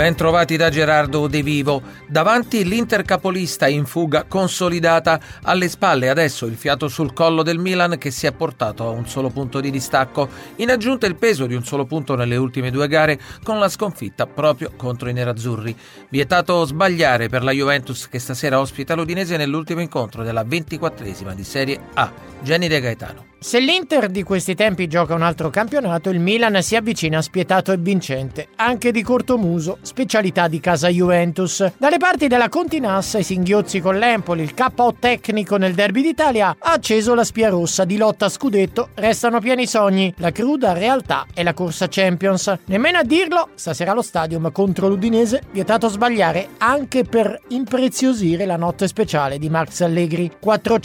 Ben trovati da Gerardo De Vivo. Davanti l'Inter capolista in fuga consolidata, alle spalle adesso il fiato sul collo del Milan che si è portato a un solo punto di distacco, in aggiunta il peso di un solo punto nelle ultime 2 gare con la sconfitta proprio contro i nerazzurri. Vietato sbagliare per la Juventus che stasera ospita l'Udinese nell'ultimo incontro della 24esima di Serie A. Gianni De Gaetano. Se l'Inter di questi tempi gioca un altro campionato, il Milan si avvicina spietato e vincente, anche di cortomuso, specialità di casa Juventus. Dalle parti della Continassa, i singhiozzi con l'Empoli, il KO tecnico nel derby d'Italia, ha acceso la spia rossa di lotta a scudetto, restano pieni sogni, la cruda realtà e la corsa Champions. Nemmeno a dirlo, stasera allo Stadium contro l'Udinese, vietato sbagliare anche per impreziosire la notte speciale di Max Allegri.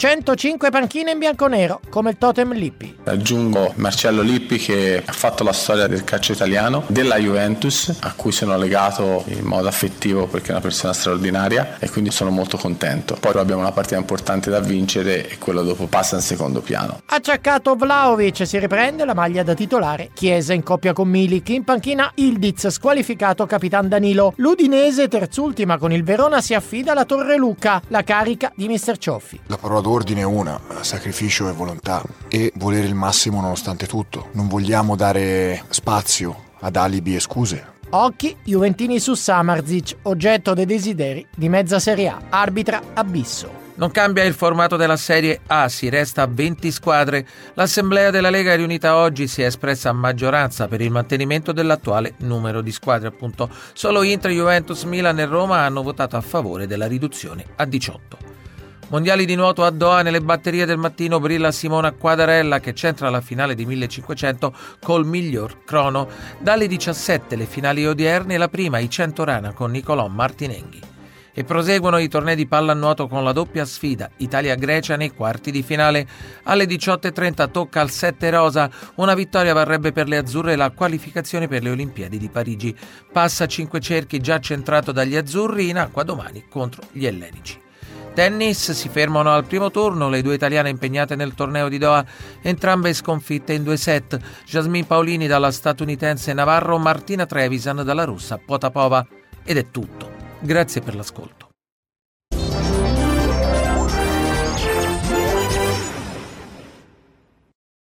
405 panchine in bianconero, come il totem Lippi. Aggiungo Marcello Lippi che ha fatto la storia del calcio italiano, della Juventus, a cui sono legato in modo affettivo perché è una persona straordinaria e quindi sono molto contento. Poi abbiamo una partita importante da vincere e quello dopo passa in secondo piano. Acciaccato Vlahovic, si riprende la maglia da titolare, Chiesa in coppia con Milik, in panchina Ildiz, squalificato capitan Danilo. L'Udinese, terzultima con il Verona, si affida alla Torre Luca, la carica di Mister Cioffi. La parola d'ordine è una, sacrificio e volontà. E volere il massimo nonostante tutto. Non vogliamo dare spazio ad alibi e scuse. Occhi juventini su Samardzic, oggetto dei desideri di mezza Serie A. Arbitra Abisso. Non cambia il formato della Serie A, si resta a 20 squadre. L'Assemblea della Lega riunita oggi si è espressa a maggioranza per il mantenimento dell'attuale numero di squadre, appunto. Solo Inter, Juventus, Milan e Roma hanno votato a favore della riduzione a 18. Mondiali di nuoto a Doha, nelle batterie del mattino brilla Simona Quadarella che centra la finale di 1500 col miglior crono. Dalle 17 le finali odierne, la prima i 100 rana con Nicolò Martinenghi. E proseguono i tornei di pallanuoto con la doppia sfida Italia-Grecia nei quarti di finale. Alle 18.30 tocca al 7 rosa. Una vittoria varrebbe per le azzurre la qualificazione per le Olimpiadi di Parigi. Passa 5 cerchi già centrato dagli azzurri in acqua domani contro gli ellenici. Tennis, si fermano al primo turno le 2 italiane impegnate nel torneo di Doha, entrambe sconfitte in 2 set. Jasmine Paolini dalla statunitense Navarro, Martina Trevisan dalla russa Potapova. Ed è tutto. Grazie per l'ascolto.